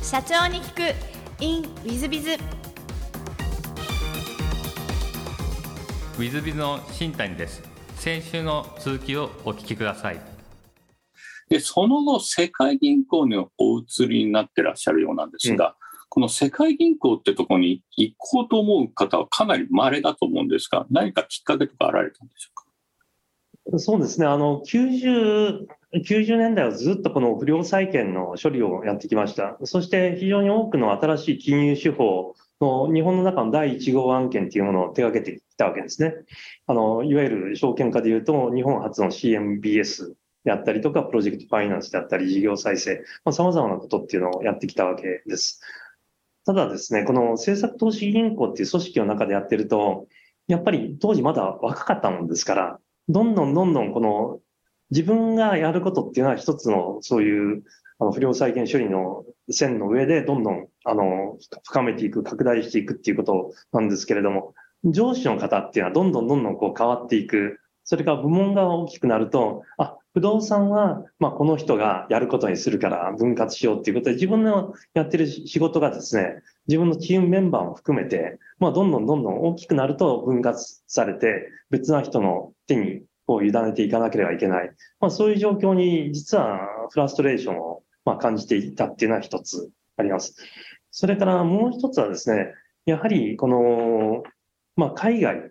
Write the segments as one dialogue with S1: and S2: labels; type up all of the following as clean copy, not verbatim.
S1: 社長に聞く in ウィズビズ。
S2: ウィズビズの新谷です。先週の続きをお聞きください。
S3: でその後世界銀行にお移りになってらっしゃるようなんですが、この世界銀行ってところに行こうと思う方はかなり稀だと思うんですが、何かきっかけとかあられたんでしょうか。
S4: そうですね。90年代はずっとこの不良債権の処理をやってきました。そして非常に多くの新しい金融手法の日本の中の第1号案件というものを手掛けてきたわけですね。いわゆる証券化でいうと日本初の CMBS であったりとか、プロジェクトファイナンスであったり、事業再生、様々なことっていうのをやってきたわけです。ただですね、この政策投資銀行っていう組織の中でやってると、やっぱり当時まだ若かったもんですから、どんどんこの自分がやることっていうのは一つのそういう不良債権処理の線の上でどんどん深めていく、拡大していくっていうことなんですけれども、上司の方っていうのはどんどんこう変わっていく。それから部門が大きくなると、不動産はこの人がやることにするから分割しようっていうことで、自分のやってる仕事がですね、自分のチームメンバーも含めて、どんどん大きくなると分割されて、別な人の手にこう委ねていかなければいけない。そういう状況に実はフラストレーションを感じていたっていうのは一つあります。それからもう一つはですね、やはりこの、海外、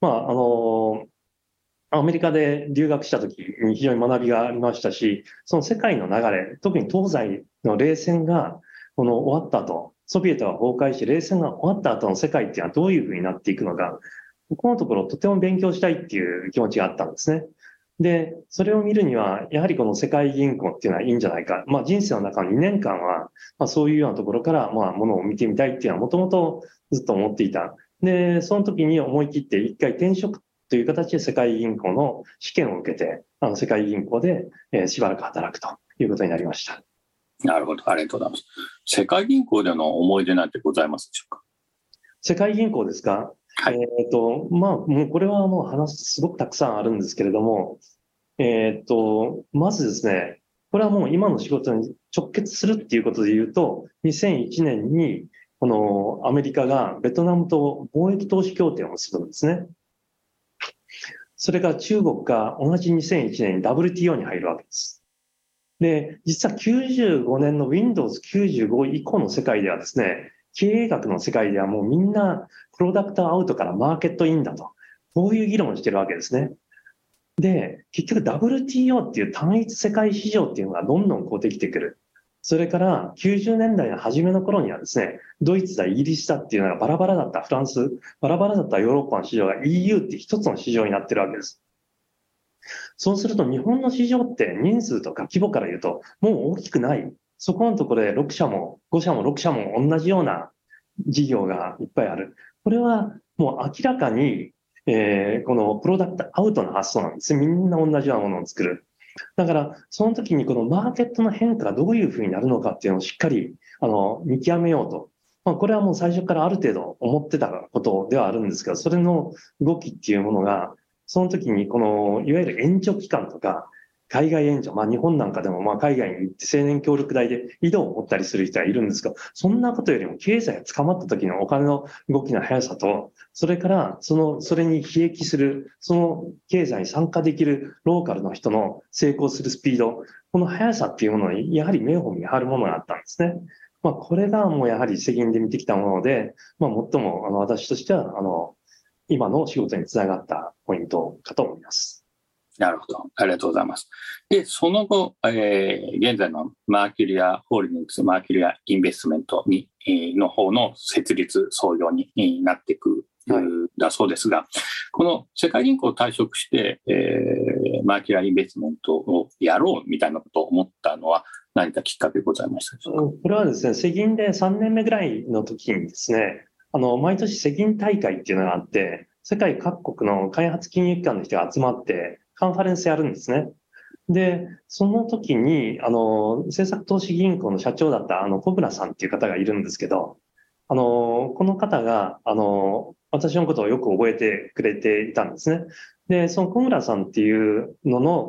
S4: アメリカで留学した時に非常に学びがありましたし、その世界の流れ、特に東西の冷戦が終わった後、ソビエトが崩壊して冷戦が終わった後の世界っていうのはどういうふうになっていくのか、このところをとても勉強したいっていう気持ちがあったんですね。で、それを見るには、やはりこの世界銀行っていうのはいいんじゃないか。人生の中の2年間は、そういうようなところから、ものを見てみたいっていうのはもともとずっと思っていた。で、その時に思い切って一回転職という形で世界銀行の試験を受けて、世界銀行でしばらく働くということになりました。
S3: なるほど、ありがとうございます。世界銀行での思い出なんてございますでしょうか。
S4: 世界銀行ですか。
S3: はい。
S4: もうこれはもう話すごくたくさんあるんですけれども、まずですね、これはもう今の仕事に直結するっていうことで言うと、2001年にこのアメリカがベトナムと貿易投資協定を結ぶんですね。それから中国が同じ2001年に WTO に入るわけです。で、実は95年の Windows95 以降の世界ではですね、経営学の世界ではもうみんなプロダクトアウトからマーケットインだと、こういう議論をしているわけですね。で、結局 WTO っていう単一世界市場っていうのがどんどんこうできてくる。それから90年代の初めの頃にはですね、ドイツだ、イギリスだっていうのがバラバラだったフランス、バラバラだったヨーロッパの市場が EU って一つの市場になってるわけです。そうすると日本の市場って人数とか規模から言うともう大きくない。そこのところで6社も5社も6社も同じような事業がいっぱいある。これはもう明らかに、このプロダクトアウトの発想なんです。みんな同じようなものを作る。だから、その時にこのマーケットの変化がどういうふうになるのかっていうのをしっかり、見極めようと。これはもう最初からある程度思ってたことではあるんですけど、それの動きっていうものが、その時にこの、いわゆる援助機関とか、海外援助、日本なんかでも海外に行って青年協力隊で井戸を持ったりする人はいるんですが、そんなことよりも経済が捕まった時のお金の動きの速さと、それからそれに比益する、その経済に参加できるローカルの人の成功するスピード、この速さっていうものにやはり目を見張るものがあったんですね。これがもうやはり世間で見てきたもので、最も私としては今の仕事につながったポイントかと思います。
S3: なるほど。ありがとうございます。で、その後、現在のマーキュリアホールディングス、マーキュリアインベストメントの方の設立、創業になっていく、だそうですが、この世界銀行を退職して、マーキュリアインベストメントをやろうみたいなことを思ったのは何かきっかけございましたでしょうか。
S4: これはですね、世銀で3年目ぐらいの時にですね、毎年世銀大会っていうのがあって、世界各国の開発金融機関の人が集まって、カンファレンスやるんですね。で、その時に、政策投資銀行の社長だった、小倉さんっていう方がいるんですけど、この方が、私のことをよく覚えてくれていたんですね。で、その小倉さんっていうのの、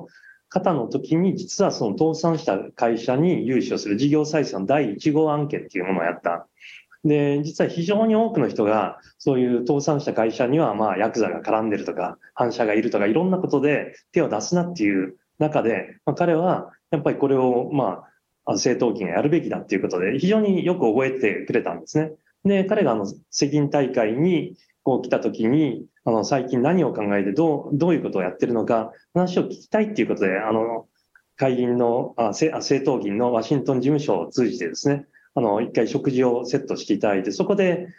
S4: 方の時に、実はその倒産した会社に融資をする事業再生の第1号案件っていうものをやった。で、実は非常に多くの人が、そういう倒産した会社には、ヤクザが絡んでるとか、反社がいるとか、いろんなことで手を出すなっていう中で、彼は、やっぱりこれを、政党金がやるべきだっていうことで、非常によく覚えてくれたんですね。で、彼が世銀大会に来た時に、最近何を考えてどういうことをやってるのか、話を聞きたいっていうことで、会銀の、政党銀のワシントン事務所を通じてですね、一回食事をセットしていただいて、そこで、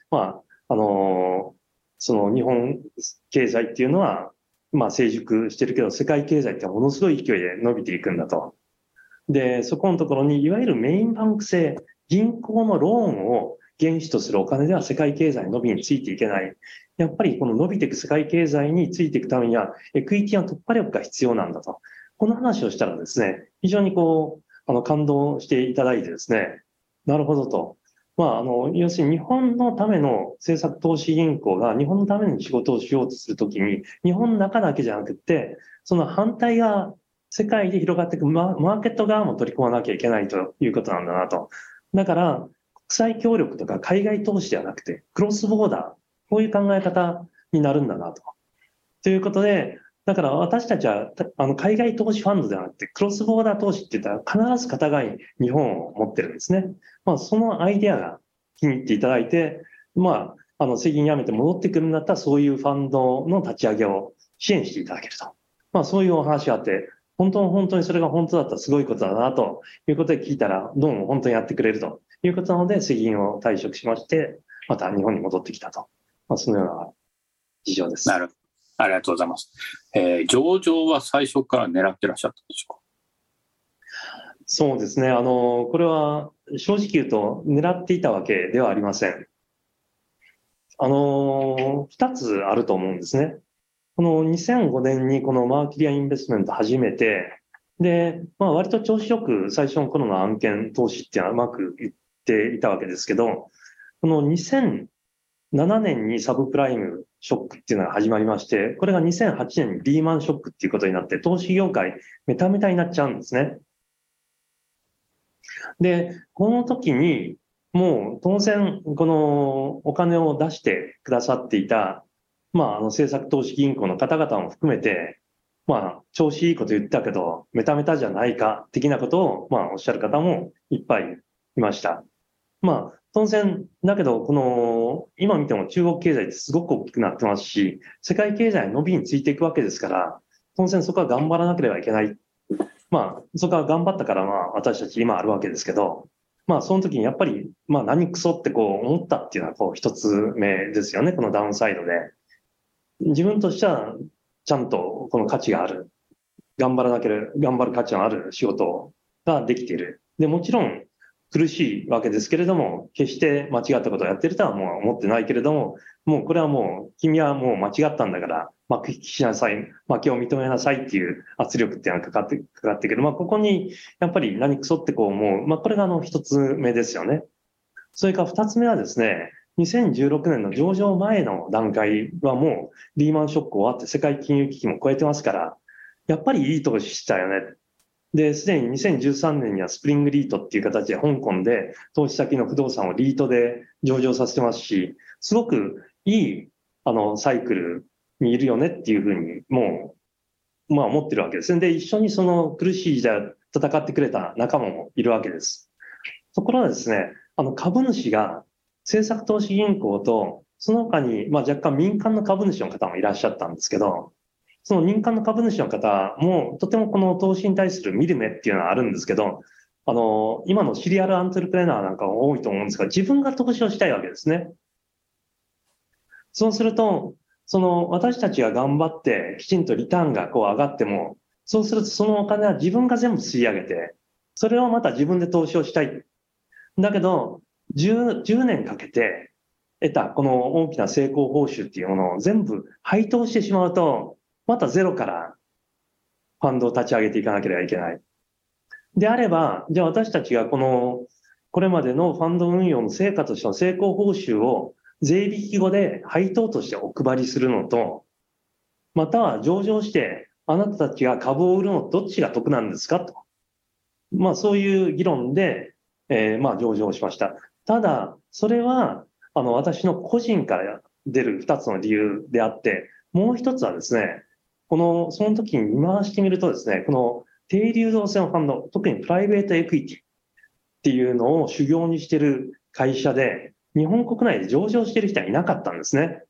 S4: その日本経済っていうのは、成熟してるけど、世界経済ってものすごい勢いで伸びていくんだと。で、そこのところに、いわゆるメインバンク制、銀行のローンを原資とするお金では世界経済の伸びについていけない。やっぱりこの伸びていく世界経済についていくためには、エクイティの突破力が必要なんだと。この話をしたらですね、非常に感動していただいてですね、なるほどと。要するに日本のための政策投資銀行が日本のために仕事をしようとするときに、日本の中だけじゃなくて、その反対が世界で広がっていくマーケット側も取り込まなきゃいけないということなんだなと。だから、国際協力とか海外投資ではなくて、クロスボーダー、こういう考え方になるんだなと。ということで、だから私たちは海外投資ファンドではなくて、クロスボーダー投資って言ったら必ず片側に日本を持ってるんですね。そのアイデアが気に入っていただいて、世銀辞めて戻ってくるんだったら、そういうファンドの立ち上げを支援していただけると。そういうお話があって、本当にそれが本当だったらすごいことだなということで聞いたら、どうも本当にやってくれるということなので、世銀を退職しまして、また日本に戻ってきたと。そのような事情です。
S3: なるほど。ありがとうございます。上場は最初から狙ってらっしゃったんでしょうか？
S4: そうですね。これは正直言うと狙っていたわけではありません。二つあると思うんですね。この2005年にこのマーキュリアインベストメント始めて、で、割と調子よく最初の頃の案件投資っていうのはうまくいっていたわけですけど、この2007年にサブプライムショックっていうのが始まりまして、これが2008年にリーマンショックっていうことになって、投資業界メタメタになっちゃうんですね。で、この時にもう当然このお金を出してくださっていた、政策投資銀行の方々も含めて、調子いいこと言ったけど、メタメタじゃないか、的なことを、おっしゃる方もいっぱいいました。当然、だけど、今見ても中国経済ってすごく大きくなってますし、世界経済の伸びについていくわけですから、当然そこは頑張らなければいけない。そこは頑張ったから、私たち今あるわけですけど、その時にやっぱり、何クソって思ったっていうのは一つ目ですよね、このダウンサイドで。自分としては、ちゃんとこの価値がある。頑張る価値のある仕事ができている。で、もちろん苦しいわけですけれども、決して間違ったことをやってるとはもう思ってないけれども、もうこれはもう、君はもう間違ったんだから、幕引きしなさい、負けを認めなさいっていう圧力っていうのがかかってくる。ここに、やっぱり何クソって思う。これが一つ目ですよね。それから二つ目はですね、2016年の上場前の段階はもうリーマンショック終わって世界金融危機も超えてますから、やっぱりいい投資したよね。で、すでに2013年にはスプリングリートっていう形で香港で投資先の不動産をリートで上場させてますし、すごくいいサイクルにいるよねっていうふうにもう、思ってるわけですね。で、一緒にその苦しい時代を戦ってくれた仲間もいるわけです。ところがですね、株主が政策投資銀行と、その他に、若干民間の株主の方もいらっしゃったんですけど、その民間の株主の方も、とてもこの投資に対する見る目っていうのはあるんですけど、今のシリアルアントレプレナーなんかも多いと思うんですが、自分が投資をしたいわけですね。そうすると、私たちが頑張って、きちんとリターンが上がっても、そうするとそのお金は自分が全部吸い上げて、それをまた自分で投資をしたい。だけど、10年かけて得たこの大きな成功報酬っていうものを全部配当してしまうと、またゼロからファンドを立ち上げていかなければいけない。であれば、じゃあ私たちがこれまでのファンド運用の成果としての成功報酬を税引き後で配当としてお配りするのと、または上場してあなたたちが株を売るのどっちが得なんですかと。そういう議論で、上場しました。ただ、それは、私の個人から出る2つの理由であって、もう一つはですね、その時に見回してみるとですね、この低流動性のファンド、特にプライベートエクイティっていうのを主業にしている会社で、日本国内で上場している人はいなかったんですね。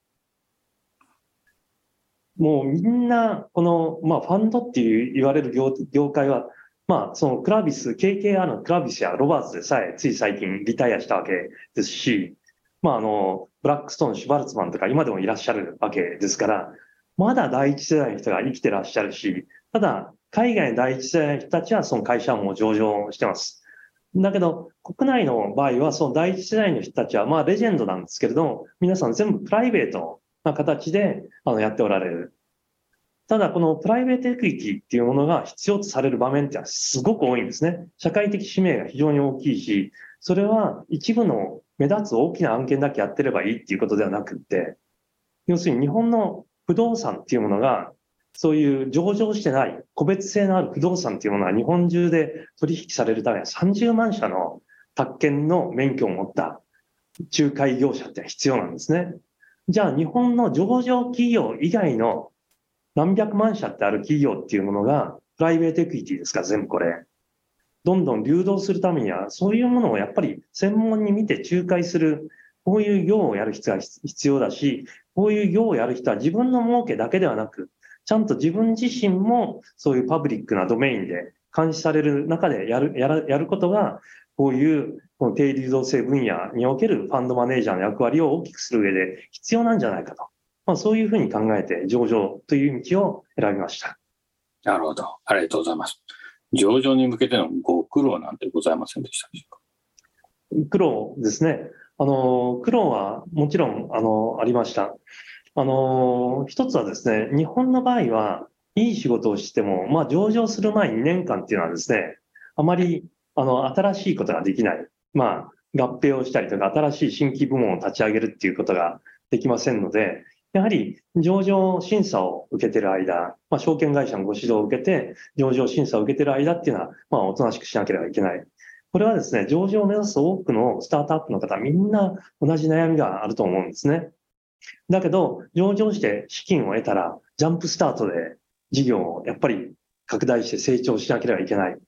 S4: もうみんな、ファンドっていう言われる業界は、そのクラビス、KKR のクラビスやロバーツでさえ、つい最近リタイアしたわけですし、ブラックストーン、シュバルツマンとか今でもいらっしゃるわけですから、まだ第一世代の人が生きてらっしゃるし、ただ、海外の第一世代の人たちはその会社も上場してます。だけど、国内の場合は、その第一世代の人たちは、レジェンドなんですけれども、皆さん全部プライベートな形でやっておられる。ただ、このプライベートエクイティっていうものが必要とされる場面ってのはすごく多いんですね。社会的使命が非常に大きいし、それは一部の目立つ大きな案件だけやってればいいっていうことではなくって、要するに日本の不動産っていうものが、そういう上場してない個別性のある不動産っていうものが日本中で取引されるためには30万社の宅建の免許を持った仲介業者って必要なんですね。じゃあ日本の上場企業以外の何百万社ってある企業っていうものがプライベートエクイティですか、全部これ。どんどん流動するためには、そういうものをやっぱり専門に見て仲介する、こういう業をやる人が必要だし、こういう業をやる人は自分の儲けだけではなく、ちゃんと自分自身もそういうパブリックなドメインで監視される中でやることが、こういうこの低流動性分野におけるファンドマネージャーの役割を大きくする上で必要なんじゃないかと。そういうふうに考えて上場という道を選びました。
S3: なるほど。ありがとうございます。上場に向けてのご苦労なんてございませんでしたでしょうか？
S4: 苦労ですね。苦労はもちろん、ありました。一つはですね、日本の場合は、いい仕事をしても、上場する前2年間っていうのはですね、あまり、新しいことができない。合併をしたりとか、新しい新規部門を立ち上げるっていうことができませんので、やはり上場審査を受けている間、証券会社のご指導を受けて、上場審査を受けている間っていうのは、おとなしくしなければいけない。これはですね、上場を目指す多くのスタートアップの方、みんな同じ悩みがあると思うんですね。だけど、上場して資金を得たら、ジャンプスタートで事業をやっぱり拡大して成長しなければいけない。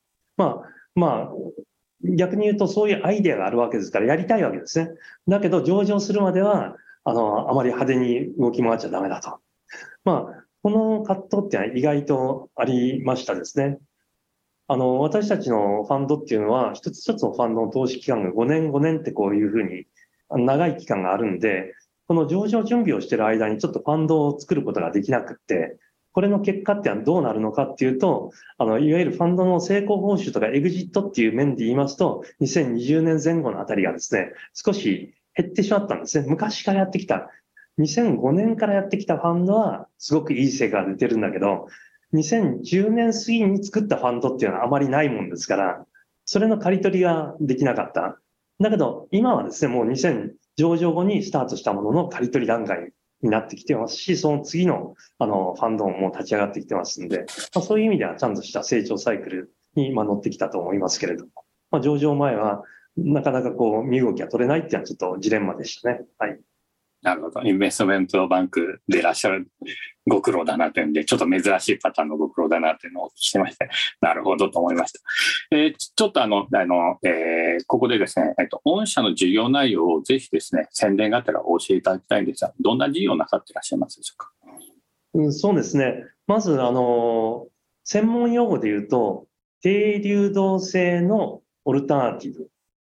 S4: 逆に言うとそういうアイデアがあるわけですからやりたいわけですね。だけど上場するまでは、あまり派手に動き回っちゃダメだと。この葛藤ってのは意外とありましたですね。私たちのファンドっていうのは、一つ一つのファンドの投資期間が5年ってこういうふうに長い期間があるんで、この上場準備をしている間にちょっとファンドを作ることができなくって、これの結果ってのはどうなるのかっていうと、いわゆるファンドの成功報酬とかエグジットっていう面で言いますと、2020年前後のあたりがですね、少し減ってしまったんですね。昔からやってきた、2005年からやってきたファンドはすごくいい成果が出てるんだけど、2010年過ぎに作ったファンドっていうのはあまりないもんですから、それの刈り取りができなかった。だけど、今はですね、もう上場後にスタートしたものの刈り取り段階になってきてますし、その次のファンドも立ち上がってきてますんで、そういう意味ではちゃんとした成長サイクルに乗ってきたと思いますけれども、上場前はなかなか身動きが取れないっていうのはちょっとジレンマでしたね。はい。
S3: なるほど。インベストメントバンクでいらっしゃるご苦労だなというんで、ちょっと珍しいパターンのご苦労だなというのをお聞きしてまして、なるほどと思いました。ちょっとここでですね、御社の事業内容をぜひですね、宣伝がてらお教えていただきたいんですが、どんな事業をなさっていらっしゃいますでしょうか？
S4: そうですね。まず、専門用語で言うと、低流動性のオルタナティブ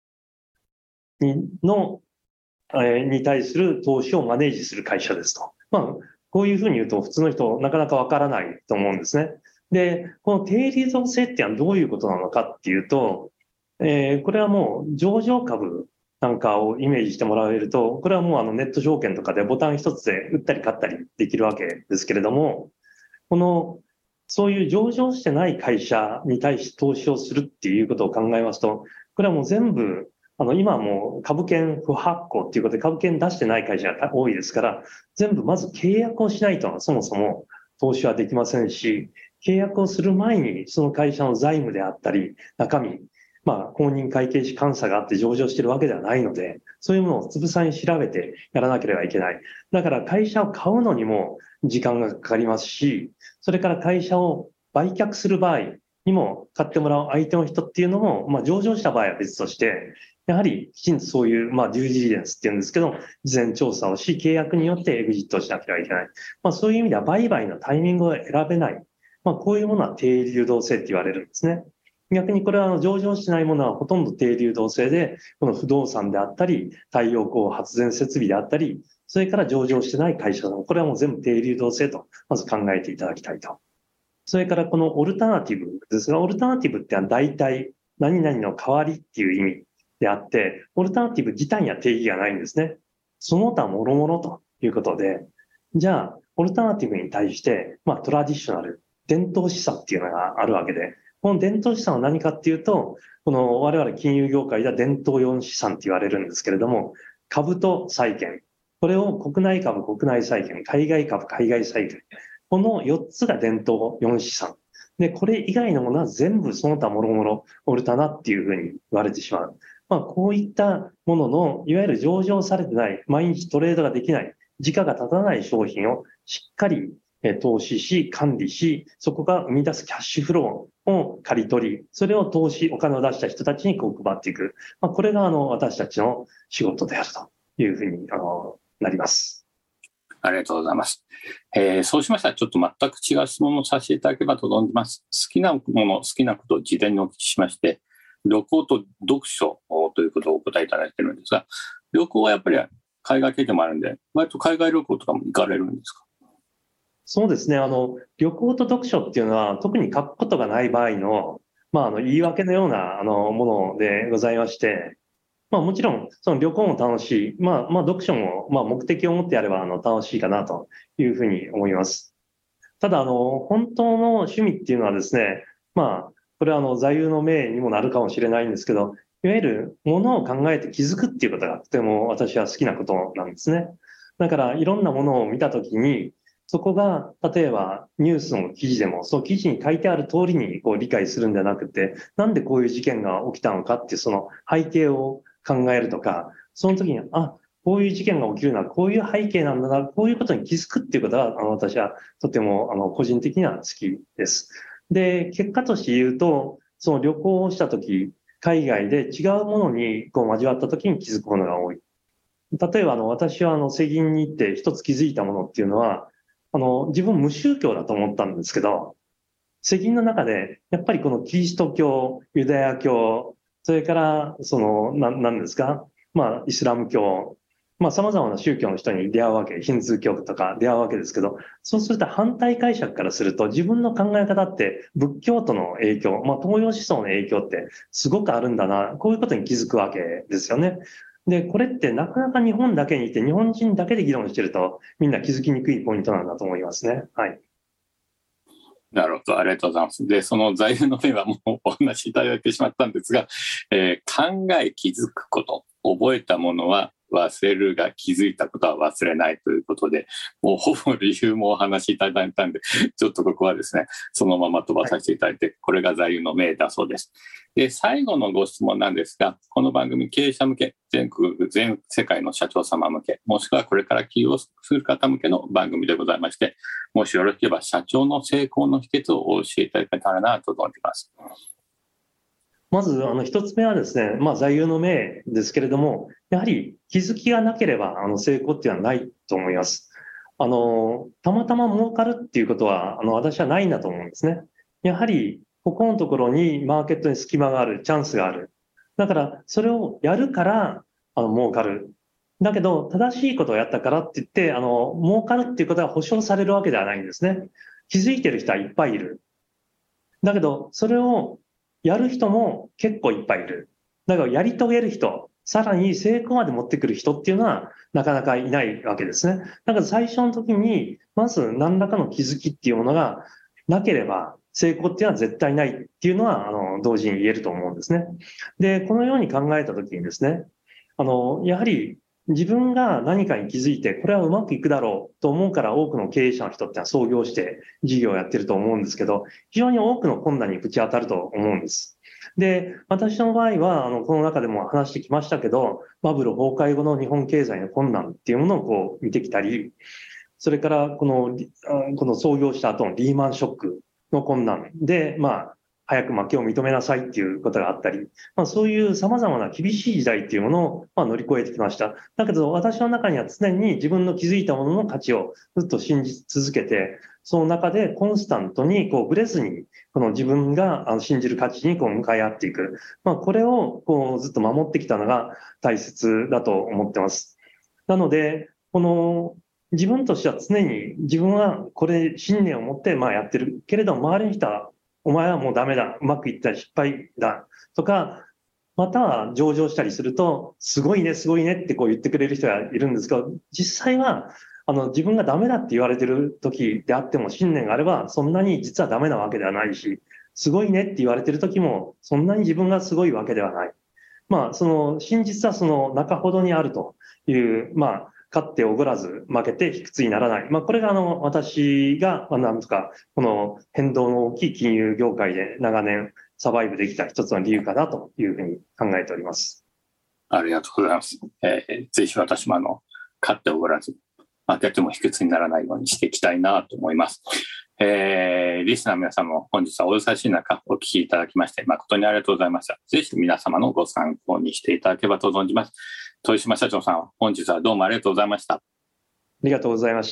S4: に対する投資をマネージする会社ですと。こういうふうに言うと普通の人なかなかわからないと思うんですね。で、この低流動性ってのはどういうことなのかっていうと、これはもう上場株なんかをイメージしてもらえると、これはもうネット証券とかでボタン一つで売ったり買ったりできるわけですけれども、そういう上場してない会社に対して投資をするっていうことを考えますと、これはもう全部今はもう株券不発行っていうことで株券出してない会社が多いですから、全部まず契約をしないとそもそも投資はできませんし、 契約をする前にその会社の財務であったり、中身、公認会計士監査があって上場しているわけではないので、そういうものをつぶさに調べてやらなければいけない。だから会社を買うのにも時間がかかりますし、それから会社を売却する場合にも買ってもらう相手の人っていうのも、上場した場合は別として、やはりきちんとそういう、デューディリジェンスっていうんですけど、事前調査をし、契約によってエグジットをしなければいけない。そういう意味では売買のタイミングを選べない。こういうものは低流動性って言われるんですね。逆にこれは上場しないものはほとんど低流動性で、この不動産であったり、太陽光発電設備であったり、それから上場してない会社さん、これはもう全部低流動性と、まず考えていただきたいと。それからこのオルタナティブですが、オルタナティブってのは大体何々の代わりっていう意味であって、オルタナティブ自体には定義がないんですね。その他諸々ということで、じゃあ、オルタナティブに対して、トラディショナル、伝統資産っていうのがあるわけで、この伝統資産は何かっていうと、この我々金融業界では伝統4資産って言われるんですけれども、株と債券、これを国内株、国内債券、海外株、海外債券、この4つが伝統4資産。で、これ以外のものは全部その他諸々オルタナっていうふうに言われてしまう。こういったものの、いわゆる上場されてない、毎日トレードができない、時価が立たない商品をしっかり投資し、管理し、そこが生み出すキャッシュフローを刈り取り、それを投資、お金を出した人たちにこう配っていく。これが私たちの仕事であるというふうになります。
S3: ありがとうございます。そうしましたら、ちょっと全く違う質問をさせていただければと存じます。好きなもの、好きなことを事前にお聞きしまして、旅行と読書ということをお答えいただいているんですが、旅行はやっぱり海外経験もあるんで、割と海外旅行とかも行かれるんですか？
S4: そうですね。旅行と読書っていうのは、特に書くことがない場合の、言い訳のような、ものでございまして、もちろん、その旅行も楽しい。読書も、目的を持ってやれば、楽しいかなというふうに思います。ただ、本当の趣味っていうのはですね、これは座右の銘にもなるかもしれないんですけど、いわゆるものを考えて気づくっていうことがとても私は好きなことなんですね。だから、いろんなものを見たときに、そこが、例えばニュースの記事でも、その記事に書いてある通りにこう理解するんじゃなくて、なんでこういう事件が起きたのかっていうその背景を考えるとか、その時に、こういう事件が起きるのはこういう背景なんだな、こういうことに気づくっていうことは、私はとても個人的には好きです。で、結果として言うと、その旅行をした時、海外で違うものにこう交わった時に気づくものが多い。例えば私は世銀に行って一つ気づいたものっていうのは、自分無宗教だと思ったんですけど、世銀の中で、やっぱりこのキリスト教、ユダヤ教、それから、何ですか、イスラム教、様々な宗教の人に出会うわけ、ヒンズー教とか出会うわけですけど、そうすると反対解釈からすると、自分の考え方って仏教徒の影響、東洋思想の影響ってすごくあるんだな、こういうことに気づくわけですよね。で、これってなかなか日本だけにいて、日本人だけで議論してると、みんな気づきにくいポイントなんだと思いますね。はい。
S3: なるほど、ありがとうございます。で、その座右の銘はもうお話しいただいてしまったんですが、考え気づくこと、覚えたものは忘れるが気づいたことは忘れないということで、もうほぼ理由もお話しいただいたんで、ちょっとここはですね、そのまま飛ばさせていただいて、これが座右の銘だそうです。で、最後のご質問なんですが、この番組経営者向け、全世界の社長様向け、もしくはこれから起業する方向けの番組でございまして、もしよろしければ社長の成功の秘訣をお教えいただけたらなと思っています。
S4: まず、一つ目はですね、座右の銘ですけれども、やはり気づきがなければ、成功っていうのはないと思います。たまたま儲かるっていうことは、私はないんだと思うんですね。やはり、ここのところにマーケットに隙間がある、チャンスがある。だから、それをやるから、儲かる。だけど、正しいことをやったからって言って、儲かるっていうことが保証されるわけではないんですね。気づいてる人はいっぱいいる。だけど、それをやる人も結構いっぱいいる。だからやり遂げる人、さらに成功まで持ってくる人っていうのはなかなかいないわけですね。だから最初の時に、まず何らかの気づきっていうものがなければ、成功っていうのは絶対ないっていうのは、同時に言えると思うんですね。で、このように考えた時にですね、やはり自分が何かに気づいて、これはうまくいくだろうと思うから多くの経営者の人ってのは創業して事業をやってると思うんですけど、非常に多くの困難にぶち当たると思うんです。で、私の場合は、この中でも話してきましたけど、バブル崩壊後の日本経済の困難っていうものをこう見てきたり、それからこの創業した後のリーマンショックの困難で、早く負けを認めなさいっていうことがあったり、そういう様々な厳しい時代っていうものを乗り越えてきました。だけど私の中には常に自分の気づいたものの価値をずっと信じ続けて、その中でコンスタントにこうブレずに、この自分が信じる価値にこう向かい合っていく。これをこうずっと守ってきたのが大切だと思ってます。なので、自分としては常に自分はこれ信念を持ってやってるけれど、周りの人はお前はもうダメだ、うまくいったり失敗だとか、または上場したりすると、すごいね、すごいねってこう言ってくれる人がいるんですけど、実際は、自分がダメだって言われてる時であっても信念があれば、そんなに実はダメなわけではないし、すごいねって言われてる時も、そんなに自分がすごいわけではない。その真実はその中ほどにあるという、勝っておごらず負けて卑屈にならない。これが私がなんとかこの変動の大きい金融業界で長年サバイブできた一つの理由かなというふうに考えております。
S3: ありがとうございます。ぜひ私も勝っておごらず負けても卑屈にならないようにしていきたいなと思います。リスナーの皆さんも本日はお忙しい中お聞きいただきまして誠にありがとうございました。ぜひ皆様のご参考にしていただければと存じます。豊島社長さん、本日はどうもありがとうございました。
S4: ありがとうございました。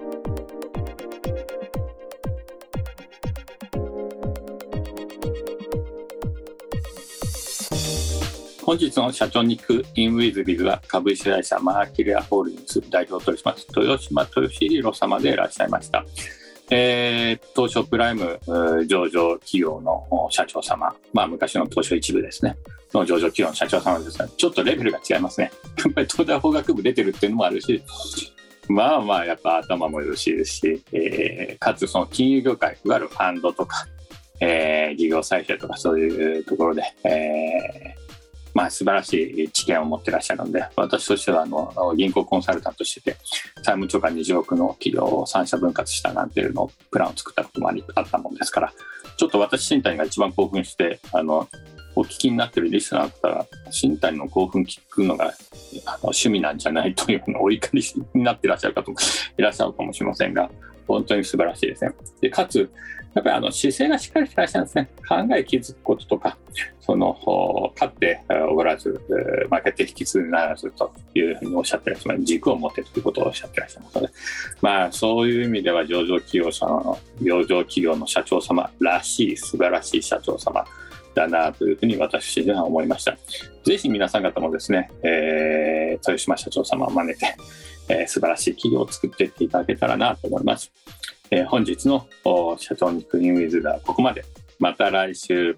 S3: 本日の社長に行くインウィズビズは株式会社マーキュリアホールディングス代表取締役豊島豊弘様でいらっしゃいました。東証プライム上場企業の社長様、昔の東証一部ですねの上場企業の社長様ですが、ちょっとレベルが違いますね。やっぱり東大法学部出てるっていうのもあるし、やっぱ頭もよろしいですし、かつその金融業界、いわゆるファンドとか、事業再生とかそういうところで、素晴らしい知見を持っていらっしゃるので、私としては銀行コンサルタントとして債務超過20億の企業を3社分割したなんていうのプランを作ったこともあったものですから、ちょっと私新谷が一番興奮してお聞きになっているリスナーの方が新谷の興奮聞くのが趣味なんじゃないというのをお怒りになっていらっしゃる方もいらっしゃるかもしれませんが、本当に素晴らしいですね。でかつやっぱり姿勢がしっかりしてらっしゃるんですね。考え気づくこととか、勝っておごらず負けて引き継ぎならずというふうにおっしゃってらっしゃる、軸を持っているということをおっしゃってらっしゃいますので、そういう意味では上場企業の社長様らしい素晴らしい社長様だなというふうに私自身は思いました。ぜひ皆さん方もですね、豊島社長様を真似て、素晴らしい企業を作っていっていただけたらなと思います。本日の社長に行くインウィズはここまで。また来週。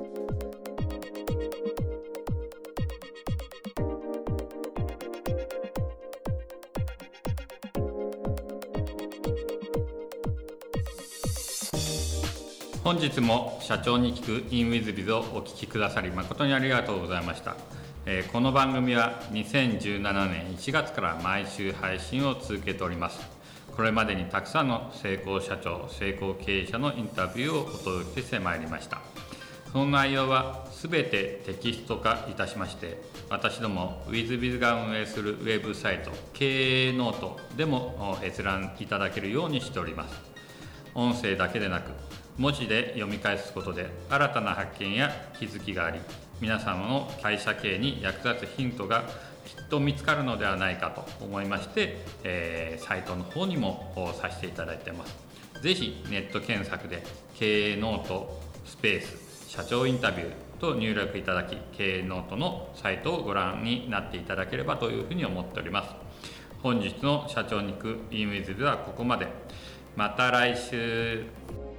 S2: 本日も社長に聞くインウィズビズをお聞きくださり誠にありがとうございました。この番組は2017年1月から毎週配信を続けております。これまでにたくさんの成功社長、成功経営者のインタビューをお届けしてまいりました。その内容はすべてテキスト化いたしまして、私どもウィズビズが運営するウェブサイト経営ノートでも閲覧いただけるようにしております。音声だけでなく文字で読み返すことで新たな発見や気づきがあり、皆様の会社経営に役立つヒントがきっと見つかるのではないかと思いまして、サイトの方にもさせていただいています。ぜひネット検索で経営ノートスペース社長インタビューと入力いただき、経営ノートのサイトをご覧になっていただければというふうに思っております。本日の社長に行くインウィズではここまで。また来週。